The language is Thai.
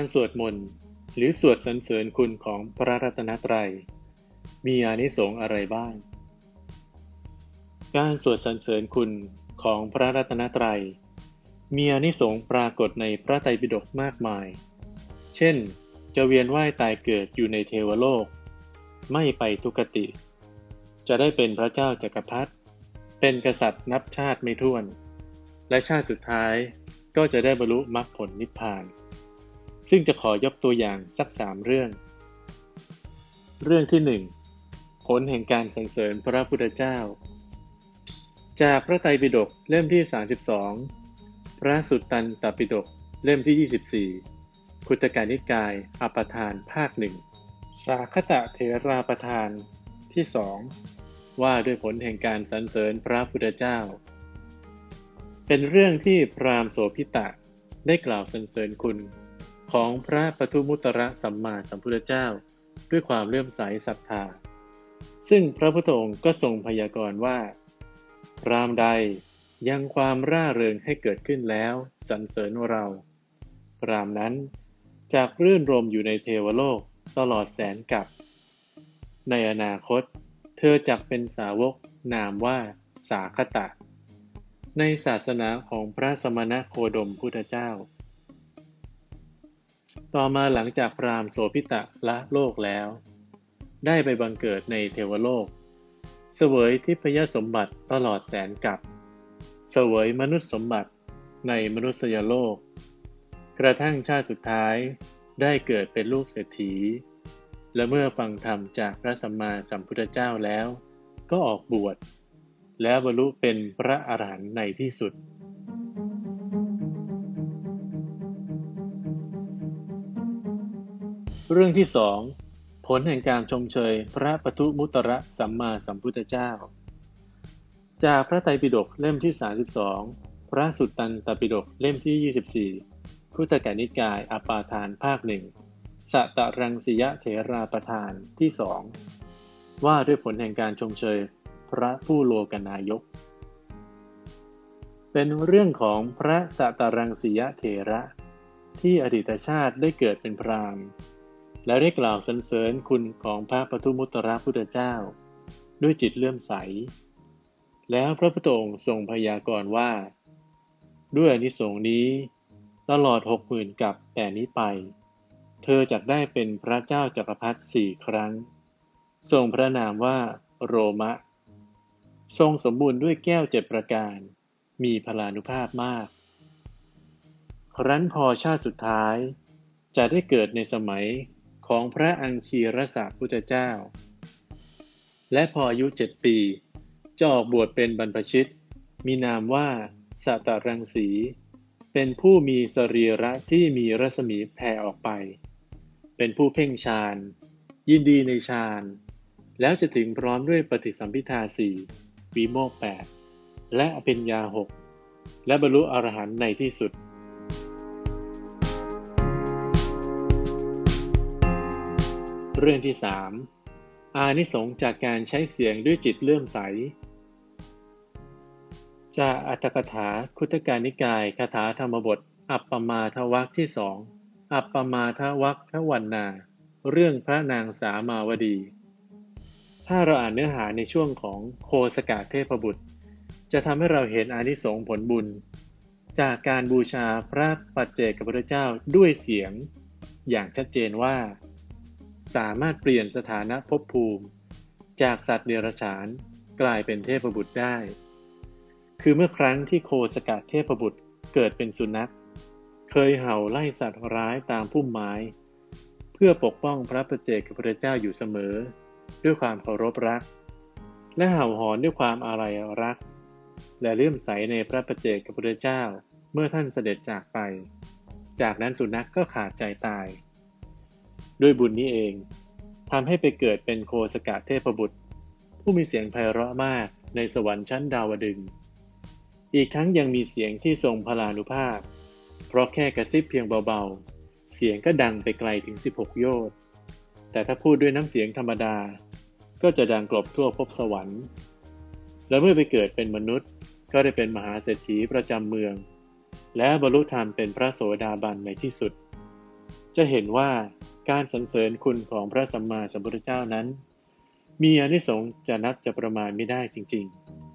การสวดมนต์หรือสวดสรรเสริญคุณของพระรัตนตรัยมีอานิสงส์อะไรบ้าง การสวดสรรเสริญคุณของพระรัตนตรัยมีอานิสงส์ปรากฏในพระไตรปิฎกมากมาย เช่น จะเวียนว่ายตายเกิดอยู่ในเทวโลก ไม่ไปทุกติ จะได้เป็นพระเจ้าจักรพรรดิ เป็นกษัตริย์นับชาติไม่ถ้วน และชาติสุดท้ายก็จะได้บรรลุมรรคผลนิพพาน ซึ่งจะขอยกตัวอย่างสัก3 เรื่อง เรื่องที่ 1 ผลแห่งการสรรเสริญพระพุทธเจ้า จากพระไตรปิฎกเล่มที่32พระสุตตันตปิฎกเล่มที่24คุตกนิกายอัปปทานภาคหนึ่งสาคตเถราประธานที่2ว่าด้วยผลแห่งการสรรเสริญพระพุทธเจ้าเป็นเรื่องที่พราหมณ์โสภิตะได้กล่าวสรรเสริญคุณของพระปทุมุตระสัมมาสัมพุทธเจ้าด้วยความเลื่อมใสศรัทธาซึ่งพระพุทธองค์ก็ทรงพยากรณ์ว่าพราหมณ์ใดยังความร่าเริงให้เกิดขึ้นแล้วสรรเสริญเราพราหมณ์นั้นจากรื่นรมอยู่ในเทวโลกตลอดแสนกับในอนาคตเธอจักเป็นสาวกนามว่าสาคตะในศาสนาของพระสมณโคดมพุทธเจ้าต่อมาหลังจากพราหมณ์โสภิตะละโลกแล้วได้ไปบังเกิดในเทวโลกเสวยทิพยสมบัติตลอดแสนกับเสวยมนุษย์สมบัติในมนุษยโลกกระทั่งชาติสุดท้ายได้เกิดเป็นลูกเศรษฐีและเมื่อฟังธรรมจากพระสัมมาสัมพุทธเจ้าแล้วก็ออกบวชแล้วบรรลุเป็นพระอรหันต์ในที่สุดเรื่องที่2ผลแห่งการชมเชยพระปทุมุตระสัมมาสัมพุทธเจ้าจากพระไตรปิฎกเล่มที่32พระสุตตันตปิฎกเล่มที่24คุตกนิกายอัปปาทานภาคหนึ่งสตรังสิยเถราประธานที่2ว่าด้วยผลแห่งการชมเชยพระผู้โลกนายกเป็นเรื่องของพระสตรังสิยเถระที่อดีตชาติได้เกิดเป็นพราหมณ์และได้กล่าวสรรเสริญคุณของพระปทุมุตระพุทธเจ้าด้วยจิตเลื่อมใสแล้วพระพุทธองค์ทรงพยากรณ์ว่าด้วยอานิสงส์นี้ตลอด60,000 กับแต่นี้ไปเธอจักได้เป็นพระเจ้าจักรพรรดิ4 ครั้งทรงพระนามว่าโรมะทรงสมบูรณ์ด้วยแก้ว7 ประการมีพลานุภาพมากครั้นพอชาติสุดท้ายจะได้เกิดในสมัยของพระอังคีรสพุทธเจ้าและพออายุ7 ปีจะออกบวชเป็นบรรพชิตมีนามว่าสตรังสีเป็นผู้มีสรีระที่มีรัศมีแผ่ออกไปเป็นผู้เพ่งฌานยินดีในฌานแล้วจะถึงพร้อมด้วยปฏิสัมภิทา4วิโมกข์8และอภิญญา6และบรรลุอรหันต์ในที่สุดเรื่องที่3อานิสงส์จากการใช้เสียงด้วยจิตเลื่อมใสจากอัตถกถาคุตกนิกายคาถาธรรมบทอัปปมาทวรรคที่2อัปปมาทวรรควรรณาเรื่องพระนางสามาวดีถ้าเราอ่านเนื้อหาในช่วงของโคสกเทพบุตรจะทำให้เราเห็นอานิสงส์ผลบุญจากการบูชาพระปัจเจกพุทธเจ้าด้วยเสียงอย่างชัดเจนว่าสามารถเปลี่ยนสถานะภพภูมิจากสัตว์เดรัจฉานกลายเป็นเทพบุตรได้คือเมื่อครั้งที่โคสกเทพบุตรเกิดเป็นสุนัขเคยเห่าไล่สัตว์ร้ายตามพุ่มไม้เพื่อปกป้องพระปัจเจกพุทธเจ้าอยู่เสมอด้วยความเคารพรักและเห่าหอนด้วยความอาลัยรักและเลื่อมใสในพระปัจเจกพุทธเจ้าเมื่อท่านเสด็จจากไปจากนั้นสุนัขก็ขาดใจตายด้วยบุญนี้เองทำให้ไปเกิดเป็นโคสกเทพบุตรผู้มีเสียงไพเราะมากในสวรรค์ชั้นดาวดึงส์อีกทั้งยังมีเสียงที่ทรงพลานุภาพเพราะแค่กระซิบเพียงเบาๆเสียงก็ดังไปไกลถึง16 โยชน์แต่ถ้าพูดด้วยน้ำเสียงธรรมดาก็จะดังกลบทั่วภพสวรรค์และเมื่อไปเกิดเป็นมนุษย์ก็ได้เป็นมหาเศรษฐีประจำเมืองและบรรลุธรรมเป็นพระโสดาบันในที่สุดจะเห็นว่าการสรรเสริญคุณของพระสัมมาสัมพุทธเจ้านั้นมีอานิสงส์จะนับจะประมาณไม่ได้จริง